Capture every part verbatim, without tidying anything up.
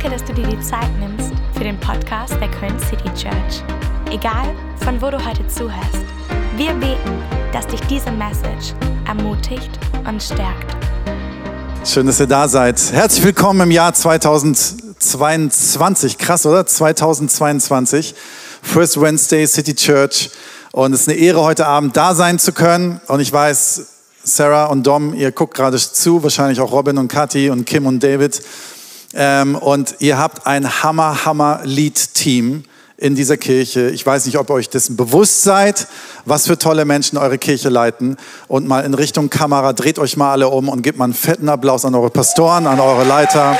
Danke, dass du dir die Zeit nimmst für den Podcast der Köln City Church. Egal, von wo du heute zuhörst, wir beten, dass dich diese Message ermutigt und stärkt. Schön, dass ihr da seid. Herzlich willkommen im Jahr zweitausendzweiundzwanzig. Krass, oder? zweitausendzweiundzwanzig. First Wednesday City Church. Und es ist eine Ehre, heute Abend da sein zu können. Und ich weiß, Sarah und Dom, ihr guckt gerade zu, wahrscheinlich auch Robin und Kathi und Kim und David. Ähm, und ihr habt ein Hammer, Hammer Lead-Team in dieser Kirche. Ich weiß nicht, ob ihr euch dessen bewusst seid, was für tolle Menschen eure Kirche leiten. Und mal in Richtung Kamera, dreht euch mal alle um und gebt mal einen fetten Applaus an eure Pastoren, an eure Leiter.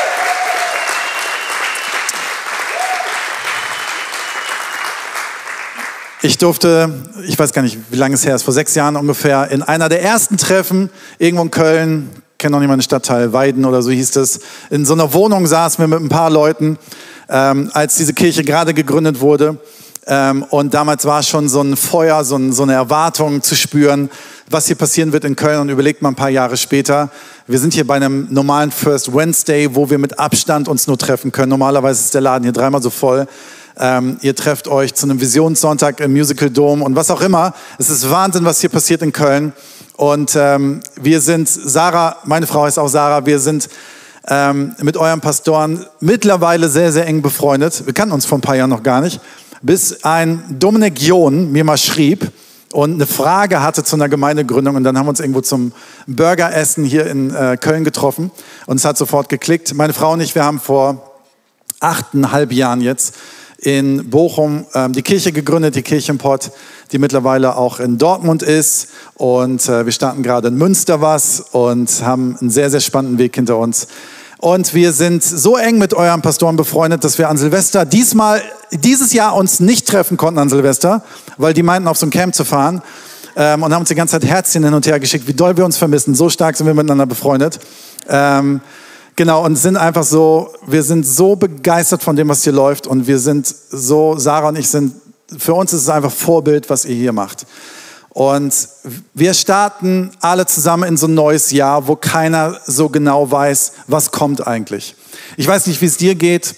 Ich durfte, ich weiß gar nicht, wie lange es her ist, vor sechs Jahren ungefähr, in einer der ersten Treffen irgendwo in Köln, ich kenne noch nicht mal den Stadtteil, Weiden oder so hieß es, in so einer Wohnung saßen wir mit ein paar Leuten, ähm, als diese Kirche gerade gegründet wurde. Ähm, und damals war schon so ein Feuer, so, ein, so eine Erwartung zu spüren, was hier passieren wird in Köln. Und überlegt mal ein paar Jahre später, wir sind hier bei einem normalen First Wednesday, wo wir mit Abstand uns nur treffen können. Normalerweise ist der Laden hier dreimal so voll. Ähm, ihr trefft euch zu einem Visionssonntag im Musical Dome und was auch immer. Es ist Wahnsinn, was hier passiert in Köln. Und ähm, wir sind, Sarah, meine Frau heißt auch Sarah, wir sind ähm, mit euren Pastoren mittlerweile sehr, sehr eng befreundet. Wir kannten uns vor ein paar Jahren noch gar nicht. Bis ein Dominik John mir mal schrieb und eine Frage hatte zu einer Gemeindegründung. Und dann haben wir uns irgendwo zum Burgeressen hier in äh, Köln getroffen. Und es hat sofort geklickt. Meine Frau und ich, wir haben vor achteinhalb Jahren jetzt in Bochum ähm, die Kirche gegründet, die Kirche im Pott, die mittlerweile auch in Dortmund ist. Und äh, wir starten gerade in Münster was und haben einen sehr, sehr spannenden Weg hinter uns. Und wir sind so eng mit euren Pastoren befreundet, dass wir an Silvester diesmal, dieses Jahr uns nicht treffen konnten an Silvester, weil die meinten, auf so ein Camp zu fahren. Ähm, und haben uns die ganze Zeit Herzchen hin und her geschickt, wie doll wir uns vermissen. So stark sind wir miteinander befreundet. Ähm, Genau, und sind einfach so, wir sind so begeistert von dem, was hier läuft und wir sind so, Sarah und ich sind, für uns ist es einfach Vorbild, was ihr hier macht. Und wir starten alle zusammen in so ein neues Jahr, wo keiner so genau weiß, was kommt eigentlich. Ich weiß nicht, wie es dir geht.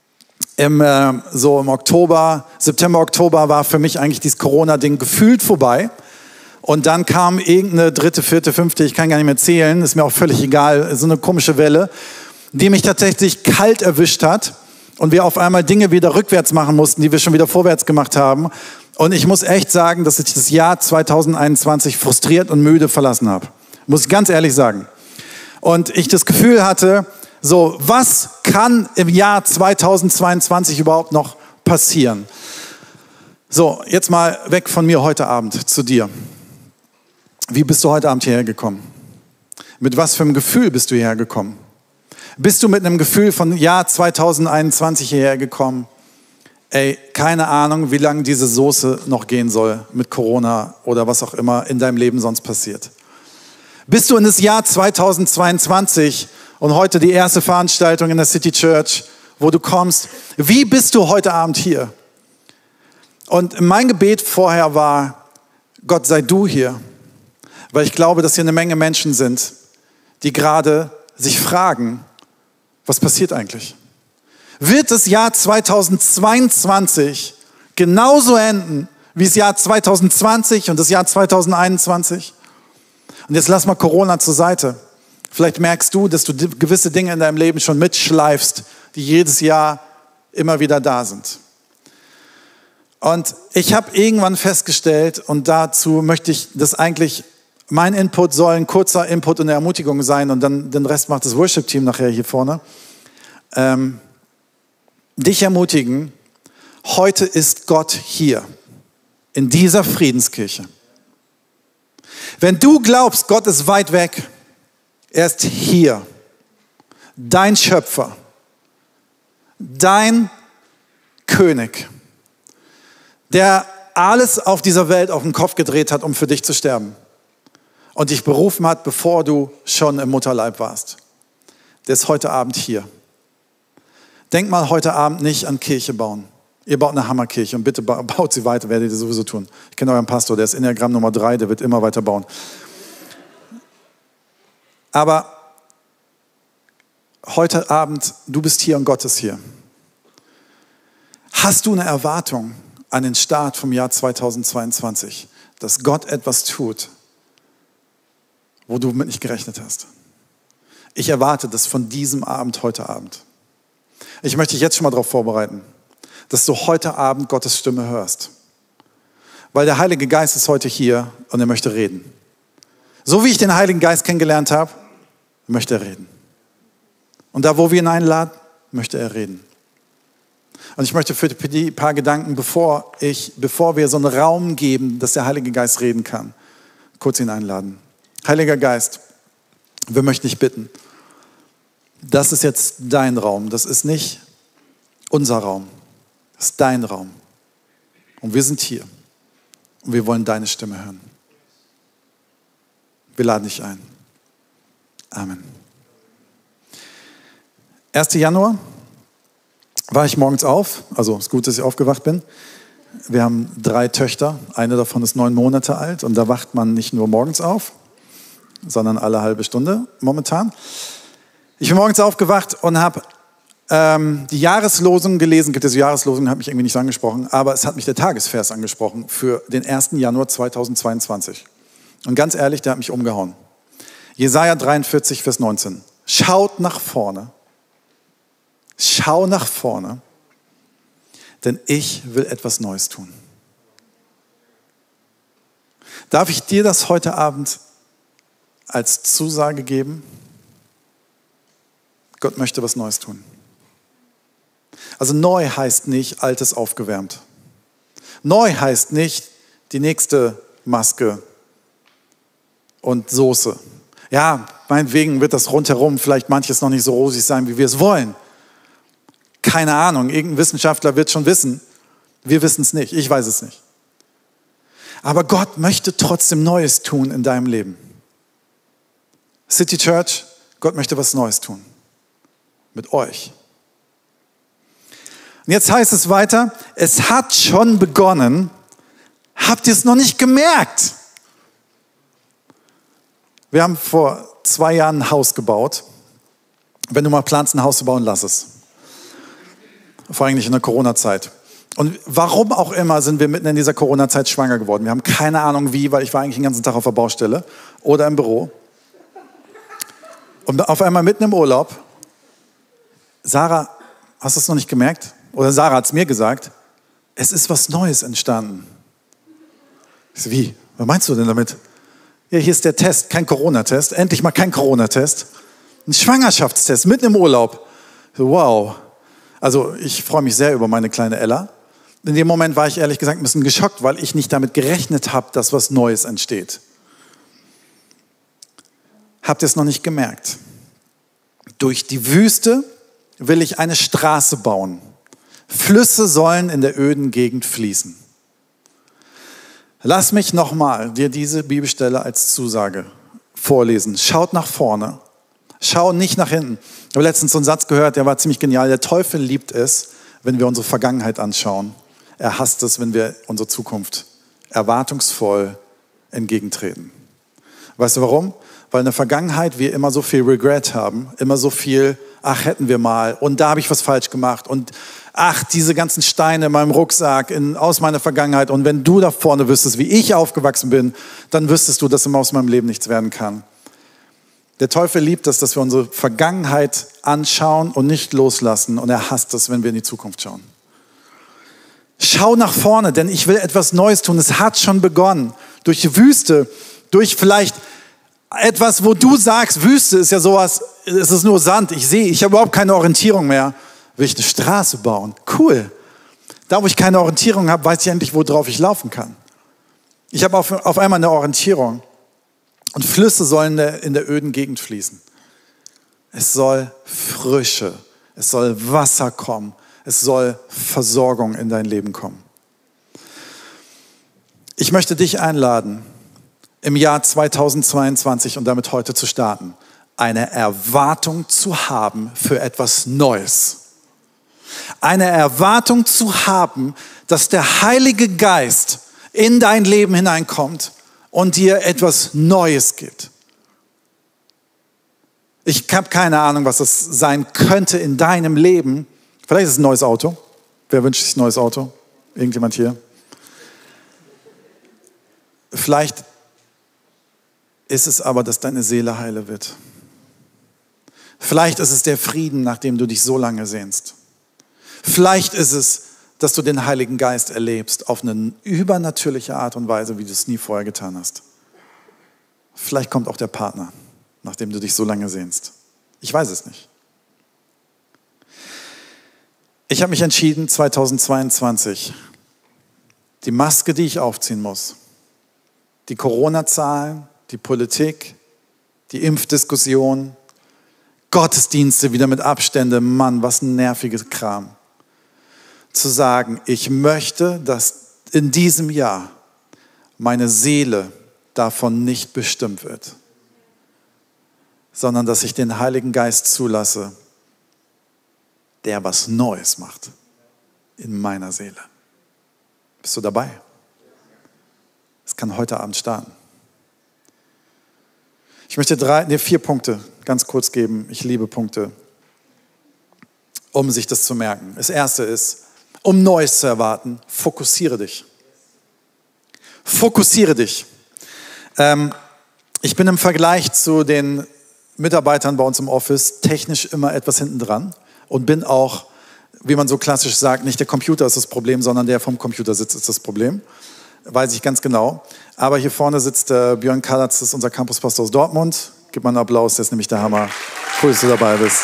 Im, äh, so im Oktober, September, Oktober war für mich eigentlich dieses Corona-Ding gefühlt vorbei. Und dann kam irgendeine dritte, vierte, fünfte, ich kann gar nicht mehr zählen, ist mir auch völlig egal, so eine komische Welle, die mich tatsächlich kalt erwischt hat und wir auf einmal Dinge wieder rückwärts machen mussten, die wir schon wieder vorwärts gemacht haben. Und ich muss echt sagen, dass ich das Jahr zweitausendeinundzwanzig frustriert und müde verlassen habe. Muss ich ganz ehrlich sagen. Und ich das Gefühl hatte, so, was kann im Jahr zweitausendzweiundzwanzig überhaupt noch passieren? So, jetzt mal weg von mir heute Abend zu dir. Wie bist du heute Abend hierher gekommen? Mit was für einem Gefühl bist du hierher gekommen? Bist du mit einem Gefühl von Jahr zweitausendeinundzwanzig hierher gekommen? Ey, keine Ahnung, wie lange diese Soße noch gehen soll mit Corona oder was auch immer in deinem Leben sonst passiert. Bist du in das Jahr zweitausendzweiundzwanzig und heute die erste Veranstaltung in der City Church, wo du kommst? Wie bist du heute Abend hier? Und mein Gebet vorher war, Gott, sei du hier. Weil ich glaube, dass hier eine Menge Menschen sind, die gerade sich fragen, was passiert eigentlich? Wird das Jahr zweitausendzweiundzwanzig genauso enden wie das Jahr zweitausendzwanzig und das Jahr zweitausendeinundzwanzig? Und jetzt lass mal Corona zur Seite. Vielleicht merkst du, dass du gewisse Dinge in deinem Leben schon mitschleifst, die jedes Jahr immer wieder da sind. Und ich habe irgendwann festgestellt, und dazu möchte ich das eigentlich, mein Input soll ein kurzer Input und eine Ermutigung sein und dann den Rest macht das Worship-Team nachher hier vorne. Ähm, dich ermutigen, heute ist Gott hier, in dieser Friedenskirche. Wenn du glaubst, Gott ist weit weg, er ist hier, dein Schöpfer, dein König, der alles auf dieser Welt auf den Kopf gedreht hat, um für dich zu sterben. Und dich berufen hat, bevor du schon im Mutterleib warst. Der ist heute Abend hier. Denk mal heute Abend nicht an Kirche bauen. Ihr baut eine Hammerkirche und bitte baut sie weiter, werdet ihr sowieso tun. Ich kenne euren Pastor, der ist Enneagramm Nummer drei, der wird immer weiter bauen. Aber heute Abend, du bist hier und Gott ist hier. Hast du eine Erwartung an den Start vom Jahr zweitausendzweiundzwanzig, dass Gott etwas tut, wo du mit nicht gerechnet hast? Ich erwarte das von diesem Abend heute Abend. Ich möchte dich jetzt schon mal darauf vorbereiten, dass du heute Abend Gottes Stimme hörst. Weil der Heilige Geist ist heute hier und er möchte reden. So wie ich den Heiligen Geist kennengelernt habe, möchte er reden. Und da, wo wir ihn einladen, möchte er reden. Und ich möchte für die paar Gedanken, bevor, ich, bevor wir so einen Raum geben, dass der Heilige Geist reden kann, kurz ihn einladen. Heiliger Geist, wir möchten dich bitten, das ist jetzt dein Raum, das ist nicht unser Raum, das ist dein Raum. Und wir sind hier und wir wollen deine Stimme hören. Wir laden dich ein. Amen. erster Januar war ich morgens auf, also es ist gut, dass ich aufgewacht bin. Wir haben drei Töchter, eine davon ist neun Monate alt und da wacht man nicht nur morgens auf, sondern alle halbe Stunde momentan. Ich bin morgens aufgewacht und habe ähm, die Jahreslosung gelesen. Gibt es Jahreslosungen, hat mich irgendwie nicht so angesprochen, aber es hat mich der Tagesvers angesprochen für den ersten Januar zweitausendzweiundzwanzig. Und ganz ehrlich, der hat mich umgehauen. Jesaja dreiundvierzig, Vers neunzehn. Schaut nach vorne. Schau nach vorne, denn ich will etwas Neues tun. Darf ich dir das heute Abend als Zusage geben? Gott möchte was Neues tun. Also neu heißt nicht Altes aufgewärmt. Neu heißt nicht die nächste Maske und Soße. Ja, meinetwegen wird das rundherum vielleicht manches noch nicht so rosig sein, wie wir es wollen. Keine Ahnung, irgendein Wissenschaftler wird schon wissen. Wir wissen es nicht, ich weiß es nicht. Aber Gott möchte trotzdem Neues tun in deinem Leben. City Church, Gott möchte was Neues tun. Mit euch. Und jetzt heißt es weiter, es hat schon begonnen. Habt ihr es noch nicht gemerkt? Wir haben vor zwei Jahren ein Haus gebaut. Wenn du mal planst, ein Haus zu bauen, lass es. Vor allem nicht in der Corona-Zeit. Und warum auch immer sind wir mitten in dieser Corona-Zeit schwanger geworden. Wir haben keine Ahnung wie, weil ich war eigentlich den ganzen Tag auf der Baustelle oder im Büro. Und auf einmal mitten im Urlaub, Sarah, hast du es noch nicht gemerkt? Oder Sarah hat es mir gesagt, es ist was Neues entstanden. Ich so, wie? Was meinst du denn damit? Ja, hier ist der Test, kein Corona-Test. Endlich mal kein Corona-Test. Ein Schwangerschaftstest, mitten im Urlaub. So, wow. Also ich freue mich sehr über meine kleine Ella. In dem Moment war ich ehrlich gesagt ein bisschen geschockt, weil ich nicht damit gerechnet habe, dass was Neues entsteht. Habt ihr es noch nicht gemerkt? Durch die Wüste will ich eine Straße bauen. Flüsse sollen in der öden Gegend fließen. Lass mich nochmal dir diese Bibelstelle als Zusage vorlesen. Schaut nach vorne. Schau nicht nach hinten. Ich habe letztens so einen Satz gehört, der war ziemlich genial. Der Teufel liebt es, wenn wir unsere Vergangenheit anschauen. Er hasst es, wenn wir unsere Zukunft erwartungsvoll entgegentreten. Weißt du warum? Weil in der Vergangenheit wir immer so viel Regret haben, immer so viel, ach hätten wir mal und da habe ich was falsch gemacht und ach diese ganzen Steine in meinem Rucksack in, aus meiner Vergangenheit und wenn du da vorne wüsstest, wie ich aufgewachsen bin, dann wüsstest du, dass immer aus meinem Leben nichts werden kann. Der Teufel liebt es, dass wir unsere Vergangenheit anschauen und nicht loslassen und er hasst es, wenn wir in die Zukunft schauen. Schau nach vorne, denn ich will etwas Neues tun. Es hat schon begonnen. Durch die Wüste, durch vielleicht etwas, wo du sagst, Wüste ist ja sowas, es ist nur Sand. Ich sehe, ich habe überhaupt keine Orientierung mehr. Will ich eine Straße bauen? Cool. Da, wo ich keine Orientierung habe, weiß ich endlich, worauf ich laufen kann. Ich habe auf, auf einmal eine Orientierung. Und Flüsse sollen in der, in der öden Gegend fließen. Es soll Frische, es soll Wasser kommen, es soll Versorgung in dein Leben kommen. Ich möchte dich einladen, im Jahr zweitausendzweiundzwanzig und damit heute zu starten, eine Erwartung zu haben für etwas Neues. Eine Erwartung zu haben, dass der Heilige Geist in dein Leben hineinkommt und dir etwas Neues gibt. Ich habe keine Ahnung, was das sein könnte in deinem Leben. Vielleicht ist es ein neues Auto. Wer wünscht sich ein neues Auto? Irgendjemand hier? Vielleicht ist es aber, dass deine Seele heile wird. Vielleicht ist es der Frieden, nach dem du dich so lange sehnst. Vielleicht ist es, dass du den Heiligen Geist erlebst auf eine übernatürliche Art und Weise, wie du es nie vorher getan hast. Vielleicht kommt auch der Partner, nach dem du dich so lange sehnst. Ich weiß es nicht. Ich habe mich entschieden, zweitausendzweiundzwanzig, die Maske, die ich aufziehen muss, die Corona-Zahlen, die Politik, die Impfdiskussion, Gottesdienste wieder mit Abstände, Mann, was ein nerviges Kram. Zu sagen, ich möchte, dass in diesem Jahr meine Seele davon nicht bestimmt wird, sondern dass ich den Heiligen Geist zulasse, der was Neues macht in meiner Seele. Bist du dabei? Es kann heute Abend starten. Ich möchte drei, nee, vier Punkte ganz kurz geben. Ich liebe Punkte, um sich das zu merken. Das erste ist, um Neues zu erwarten, fokussiere dich. Fokussiere dich. Ähm, ich bin im Vergleich zu den Mitarbeitern bei uns im Office technisch immer etwas hinten dran und bin auch, wie man so klassisch sagt, nicht der Computer ist das Problem, sondern der vom Computer sitzt ist das Problem. Weiß ich ganz genau. Aber hier vorne sitzt äh, Björn Kalatz, das ist unser Campuspastor aus Dortmund. Gib mal einen Applaus, der ist nämlich der Hammer. Cool, dass du dabei bist.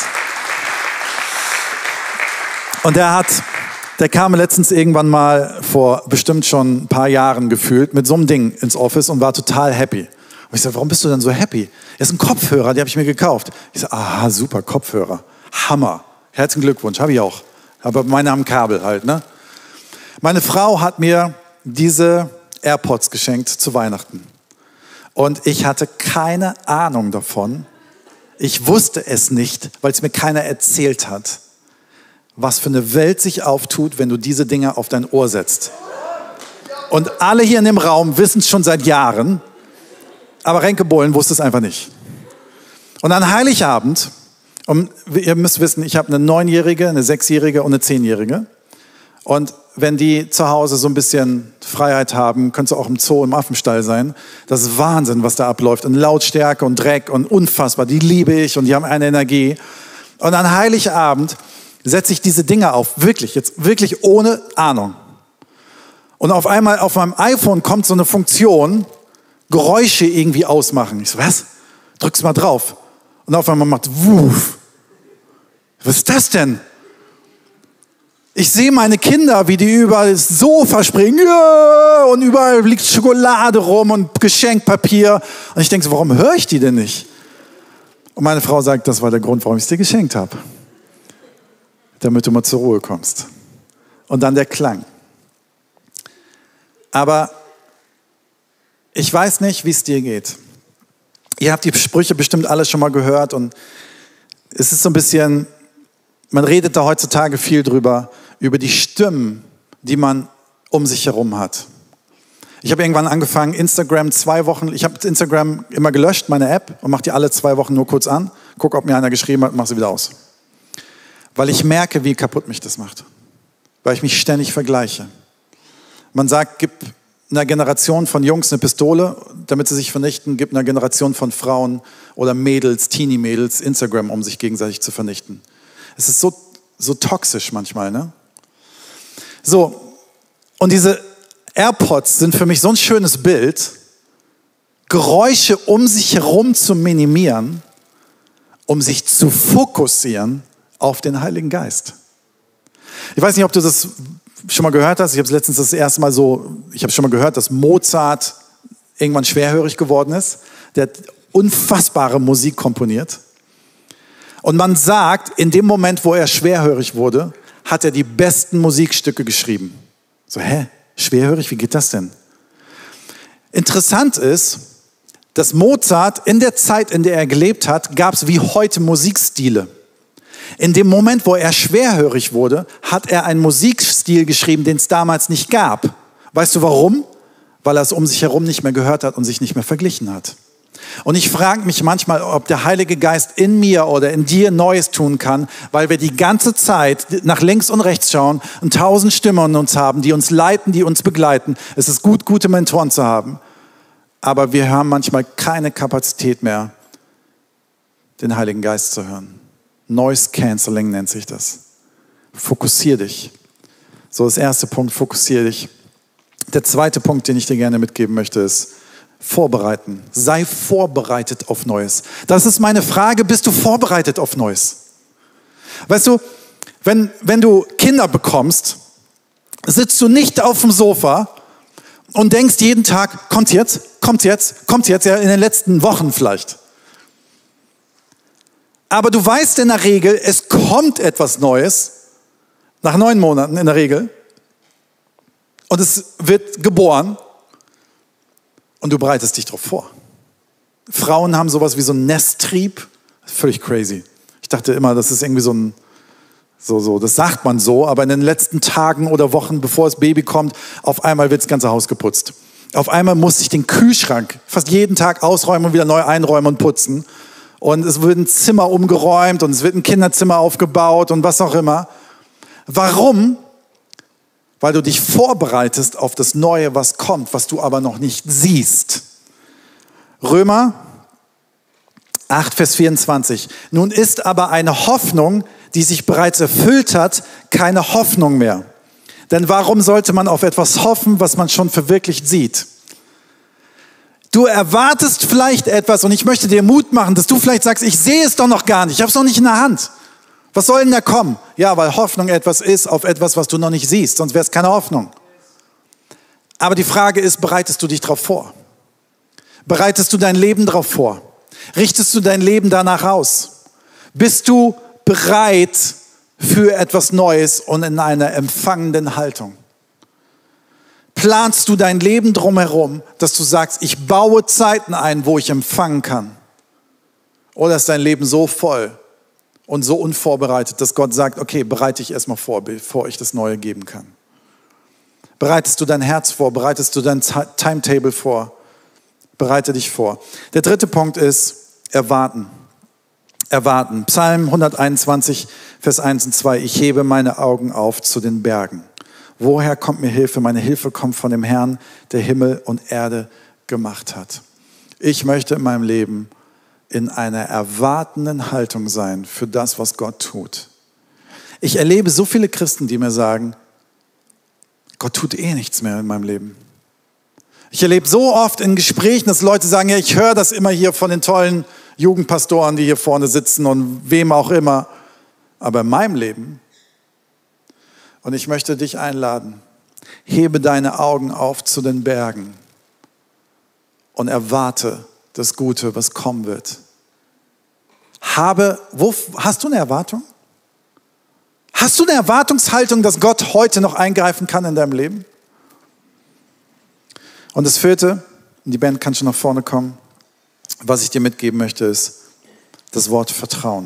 Und der hat, der kam letztens irgendwann mal vor bestimmt schon ein paar Jahren gefühlt mit so einem Ding ins Office und war total happy. Und ich sage, warum bist du denn so happy? Er ist ein Kopfhörer, den habe ich mir gekauft. Ich sage, aha, super, Kopfhörer. Hammer. Herzlichen Glückwunsch, habe ich auch. Aber meine haben Kabel halt, ne? Meine Frau hat mir diese AirPods geschenkt zu Weihnachten. Und ich hatte keine Ahnung davon. Ich wusste es nicht, weil es mir keiner erzählt hat, was für eine Welt sich auftut, wenn du diese Dinger auf dein Ohr setzt. Und alle hier in dem Raum wissen es schon seit Jahren, aber Renke Bohlen wusste es einfach nicht. Und an Heiligabend, um, ihr müsst wissen, ich habe eine Neunjährige, eine Sechsjährige und eine Zehnjährige. Und wenn die zu Hause so ein bisschen Freiheit haben, könnte es auch im Zoo, im Affenstall sein. Das ist Wahnsinn, was da abläuft. Und Lautstärke und Dreck und unfassbar. Die liebe ich und die haben eine Energie. Und an Heiligabend setze ich diese Dinge auf. Wirklich, jetzt wirklich ohne Ahnung. Und auf einmal auf meinem iPhone kommt so eine Funktion, Geräusche irgendwie ausmachen. Ich so, was? Drück's mal drauf. Und auf einmal macht wuff. Was ist das denn? Ich sehe meine Kinder, wie die überall das Sofa springen, ja, und überall liegt Schokolade rum und Geschenkpapier. Und ich denke so, warum höre ich die denn nicht? Und meine Frau sagt, das war der Grund, warum ich es dir geschenkt habe. Damit du mal zur Ruhe kommst. Und dann der Klang. Aber ich weiß nicht, wie es dir geht. Ihr habt die Sprüche bestimmt alle schon mal gehört und es ist so ein bisschen, man redet da heutzutage viel drüber, über die Stimmen, die man um sich herum hat. Ich habe irgendwann angefangen, Instagram zwei Wochen, ich habe Instagram immer gelöscht, meine App, und mache die alle zwei Wochen nur kurz an, gucke, ob mir einer geschrieben hat und mache sie wieder aus. Weil ich merke, wie kaputt mich das macht. Weil ich mich ständig vergleiche. Man sagt, gib einer Generation von Jungs eine Pistole, damit sie sich vernichten, gib einer Generation von Frauen oder Mädels, Teenie-Mädels, Instagram, um sich gegenseitig zu vernichten. Es ist so, so toxisch manchmal, ne? So, und diese AirPods sind für mich so ein schönes Bild, Geräusche um sich herum zu minimieren, um sich zu fokussieren auf den Heiligen Geist. Ich weiß nicht, ob du das schon mal gehört hast. Ich habe es letztens das erste Mal so, ich habe schon mal gehört, dass Mozart irgendwann schwerhörig geworden ist. Der hat unfassbare Musik komponiert. Und man sagt, in dem Moment, wo er schwerhörig wurde, hat er die besten Musikstücke geschrieben. So, hä? Schwerhörig? Wie geht das denn? Interessant ist, dass Mozart in der Zeit, in der er gelebt hat, gab es wie heute Musikstile. In dem Moment, wo er schwerhörig wurde, hat er einen Musikstil geschrieben, den es damals nicht gab. Weißt du warum? Weil er es um sich herum nicht mehr gehört hat und sich nicht mehr verglichen hat. Und ich frage mich manchmal, ob der Heilige Geist in mir oder in dir Neues tun kann, weil wir die ganze Zeit nach links und rechts schauen und tausend Stimmen in uns haben, die uns leiten, die uns begleiten. Es ist gut, gute Mentoren zu haben, aber wir haben manchmal keine Kapazität mehr, den Heiligen Geist zu hören. Noise Cancelling nennt sich das. Fokussier dich. So, das erste Punkt, fokussier dich. Der zweite Punkt, den ich dir gerne mitgeben möchte, ist vorbereiten. Sei vorbereitet auf Neues. Das ist meine Frage, bist du vorbereitet auf Neues? Weißt du, wenn, wenn du Kinder bekommst, sitzt du nicht auf dem Sofa und denkst jeden Tag, kommt jetzt, kommt jetzt, kommt jetzt, ja in den letzten Wochen vielleicht. Aber du weißt in der Regel, es kommt etwas Neues, nach neun Monaten in der Regel, und es wird geboren und du bereitest dich darauf vor. Frauen haben sowas wie so einen Nesttrieb, völlig crazy. Ich dachte immer, das ist irgendwie so ein, so, so, das sagt man so, aber in den letzten Tagen oder Wochen, bevor das Baby kommt, auf einmal wird das ganze Haus geputzt. Auf einmal muss ich den Kühlschrank fast jeden Tag ausräumen und wieder neu einräumen und putzen. Und es wird ein Zimmer umgeräumt und es wird ein Kinderzimmer aufgebaut und was auch immer. Warum? Weil du dich vorbereitest auf das Neue, was kommt, was du aber noch nicht siehst. Römer acht, Vers vierundzwanzig. Nun ist aber eine Hoffnung, die sich bereits erfüllt hat, keine Hoffnung mehr. Denn warum sollte man auf etwas hoffen, was man schon verwirklicht sieht? Du erwartest vielleicht etwas und ich möchte dir Mut machen, dass du vielleicht sagst, ich sehe es doch noch gar nicht, ich habe es noch nicht in der Hand. Was soll denn da kommen? Ja, weil Hoffnung etwas ist auf etwas, was du noch nicht siehst, sonst wäre es keine Hoffnung. Aber die Frage ist, bereitest du dich darauf vor? Bereitest du dein Leben darauf vor? Richtest du dein Leben danach aus? Bist du bereit für etwas Neues und in einer empfangenden Haltung? Planst du dein Leben drumherum, dass du sagst, ich baue Zeiten ein, wo ich empfangen kann? Oder ist dein Leben so voll und so unvorbereitet, dass Gott sagt, okay, bereite ich erstmal vor, bevor ich das Neue geben kann? Bereitest du dein Herz vor? Bereitest du dein Timetable vor? Bereite dich vor. Der dritte Punkt ist erwarten. Erwarten. Psalm hunderteinundzwanzig, Vers eins und zwei. Ich hebe meine Augen auf zu den Bergen. Woher kommt mir Hilfe? Meine Hilfe kommt von dem Herrn, der Himmel und Erde gemacht hat. Ich möchte in meinem Leben in einer erwartenden Haltung sein für das, was Gott tut. Ich erlebe so viele Christen, die mir sagen, Gott tut eh nichts mehr in meinem Leben. Ich erlebe so oft in Gesprächen, dass Leute sagen, ja, ich höre das immer hier von den tollen Jugendpastoren, die hier vorne sitzen und wem auch immer. Aber in meinem Leben, und ich möchte dich einladen, hebe deine Augen auf zu den Bergen und erwarte das Gute, was kommen wird. Habe, wo, hast du eine Erwartung? Hast du eine Erwartungshaltung, dass Gott heute noch eingreifen kann in deinem Leben? Und das vierte, und die Band kann schon nach vorne kommen, was ich dir mitgeben möchte, ist das Wort Vertrauen.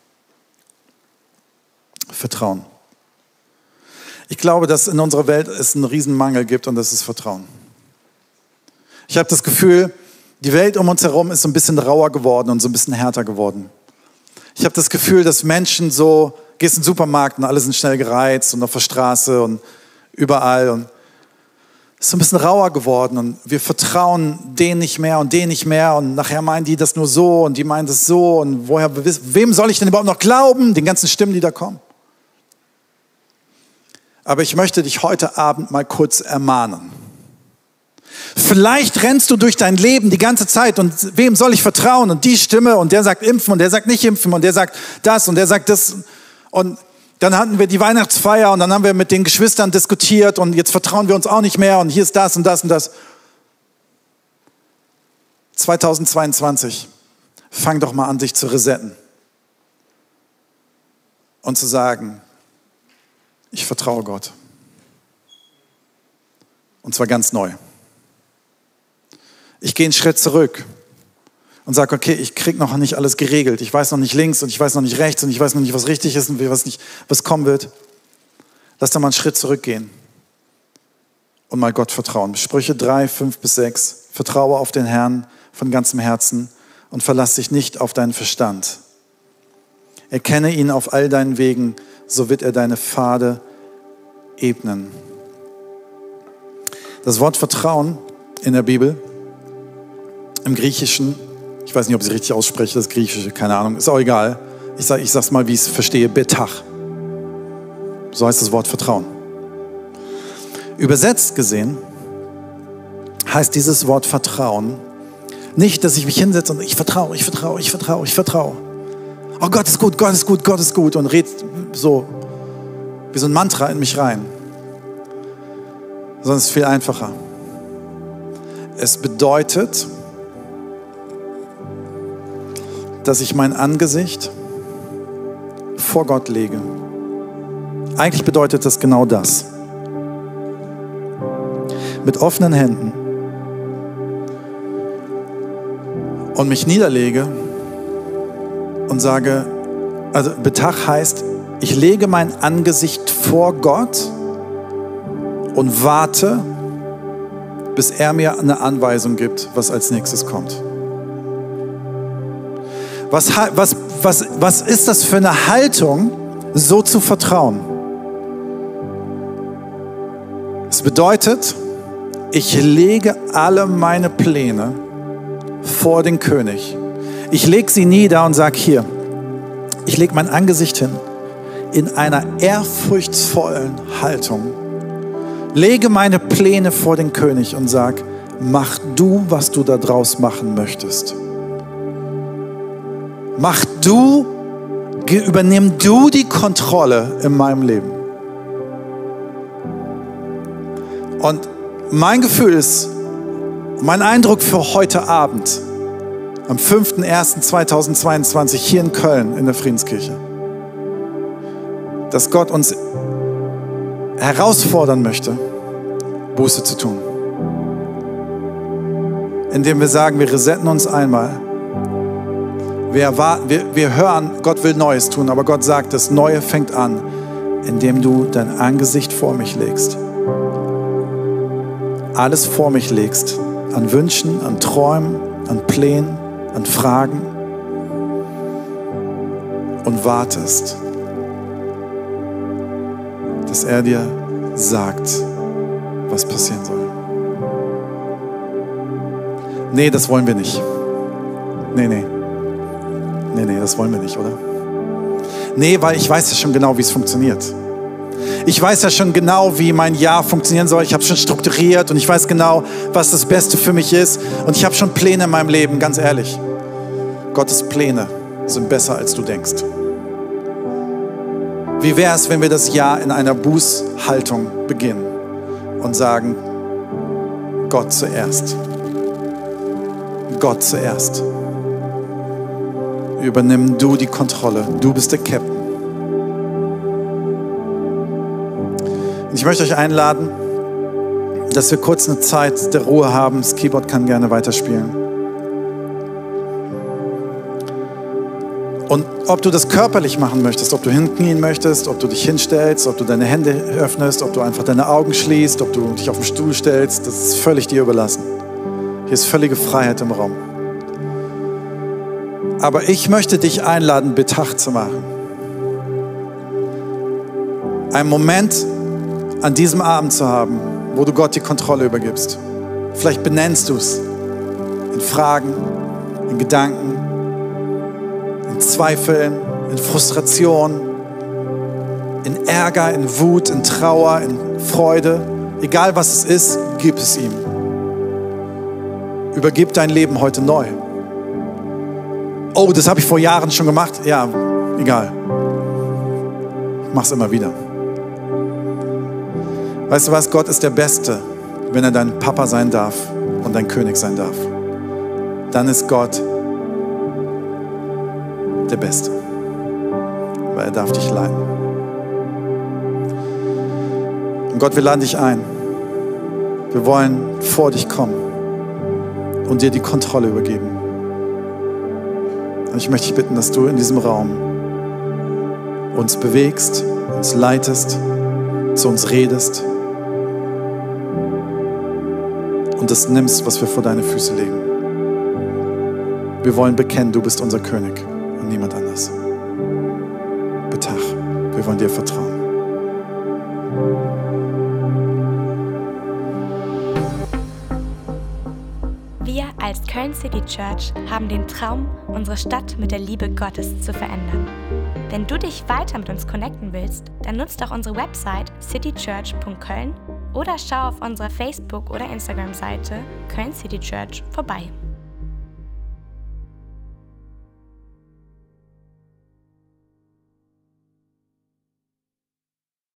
Vertrauen. Ich glaube, dass in unserer Welt es einen riesen Mangel gibt und das ist Vertrauen. Ich habe das Gefühl, die Welt um uns herum ist so ein bisschen rauer geworden und so ein bisschen härter geworden. Ich habe das Gefühl, dass Menschen so, gehst in den Supermarkt und alle sind schnell gereizt und auf der Straße und überall und es ist so ein bisschen rauer geworden und wir vertrauen denen nicht mehr und denen nicht mehr und nachher meinen die das nur so und die meinen das so und woher, wem soll ich denn überhaupt noch glauben? Den ganzen Stimmen, die da kommen. Aber ich möchte dich heute Abend mal kurz ermahnen. Vielleicht rennst du durch dein Leben die ganze Zeit und wem soll ich vertrauen? Und die Stimme und der sagt impfen und der sagt nicht impfen und der sagt das und der sagt das. Und dann hatten wir die Weihnachtsfeier und dann haben wir mit den Geschwistern diskutiert und jetzt vertrauen wir uns auch nicht mehr und hier ist das und das und das. zweitausendzweiundzwanzig, fang doch mal an, dich zu resetten und zu sagen, ich vertraue Gott. Und zwar ganz neu. Ich gehe einen Schritt zurück und sage, okay, ich kriege noch nicht alles geregelt. Ich weiß noch nicht links und ich weiß noch nicht rechts und ich weiß noch nicht, was richtig ist und was, nicht, was kommen wird. Lass da mal einen Schritt zurückgehen und mal Gott vertrauen. Sprüche drei, fünf bis sechs. Vertraue auf den Herrn von ganzem Herzen und verlass dich nicht auf deinen Verstand. Erkenne ihn auf all deinen Wegen, so wird er deine Pfade ebnen. Das Wort Vertrauen in der Bibel, im Griechischen, ich weiß nicht, ob ich es richtig ausspreche, das Griechische, keine Ahnung, ist auch egal. Ich sage ich sag's mal, wie ich es verstehe, betach. So heißt das Wort Vertrauen. Übersetzt gesehen heißt dieses Wort Vertrauen nicht, dass ich mich hinsetze und ich vertraue, ich vertraue, ich vertraue, ich vertraue. Oh, Gott ist gut, Gott ist gut, Gott ist gut und red so wie so ein Mantra in mich rein. Sondern es ist viel einfacher. Es bedeutet, dass ich mein Angesicht vor Gott lege. Eigentlich bedeutet das genau das. Mit offenen Händen und mich niederlege und sage, also betach heißt, ich lege mein Angesicht vor Gott und warte, bis er mir eine Anweisung gibt, was als nächstes kommt. Was, was, was, was ist das für eine Haltung, so zu vertrauen? Es bedeutet, ich lege alle meine Pläne vor den König. Ich lege sie nieder und sage hier, ich lege mein Angesicht hin in einer ehrfurchtsvollen Haltung. Lege meine Pläne vor den König und sag, mach du, was du da draus machen möchtest. Mach du, übernimm du die Kontrolle in meinem Leben. Und mein Gefühl ist, mein Eindruck für heute Abend, am fünften ersten zweitausendzweiundzwanzig hier in Köln in der Friedenskirche, dass Gott uns herausfordern möchte, Buße zu tun. Indem wir sagen, wir resetten uns einmal. Wir, erwarten, wir, wir hören, Gott will Neues tun, aber Gott sagt, das Neue fängt an, indem du dein Angesicht vor mich legst. Alles vor mich legst, an Wünschen, an Träumen, an Plänen, an Fragen und wartest, dass er dir sagt, was passieren soll. Nee, das wollen wir nicht. Nee, nee. Nee, nee, das wollen wir nicht, oder? Nee, weil ich weiß ja schon genau, wie es funktioniert. Ich weiß ja schon genau, wie mein Jahr funktionieren soll. Ich habe schon strukturiert und ich weiß genau, was das Beste für mich ist. Und ich habe schon Pläne in meinem Leben, ganz ehrlich. Gottes Pläne sind besser, als du denkst. Wie wäre es, wenn wir das Jahr in einer Bußhaltung beginnen und sagen, Gott zuerst. Gott zuerst. Übernimm du die Kontrolle. Du bist der Captain. Ich möchte euch einladen, dass wir kurz eine Zeit der Ruhe haben. Das Keyboard kann gerne weiterspielen. Und ob du das körperlich machen möchtest, ob du hinknien möchtest, ob du dich hinstellst, ob du deine Hände öffnest, ob du einfach deine Augen schließt, ob du dich auf den Stuhl stellst, das ist völlig dir überlassen. Hier ist völlige Freiheit im Raum. Aber ich möchte dich einladen, Betach zu machen. Einen Moment an diesem Abend zu haben, wo du Gott die Kontrolle übergibst. Vielleicht benennst du es in Fragen, in Gedanken, in Zweifeln, in Frustration, in Ärger, in Wut, in Trauer, in Freude. Egal was es ist, gib es ihm. Übergib dein Leben heute neu. Oh, das habe ich vor Jahren schon gemacht. Ja, egal. Ich mache es immer wieder. Weißt du was? Gott ist der Beste, wenn er dein Papa sein darf und dein König sein darf. Dann ist Gott der Beste, weil er darf dich leiten. Und Gott, wir laden dich ein. Wir wollen vor dich kommen und dir die Kontrolle übergeben. Und ich möchte dich bitten, dass du in diesem Raum uns bewegst, uns leitest, zu uns redest und das nimmst, was wir vor deine Füße legen. Wir wollen bekennen, du bist unser König und niemand anders. Betach, wir wollen dir vertrauen. Wir als Köln City Church haben den Traum, unsere Stadt mit der Liebe Gottes zu verändern. Wenn du dich weiter mit uns connecten willst, dann nutzt doch unsere Website citychurch punkt köln oder schau auf unserer Facebook- oder Instagram-Seite Köln City Church vorbei.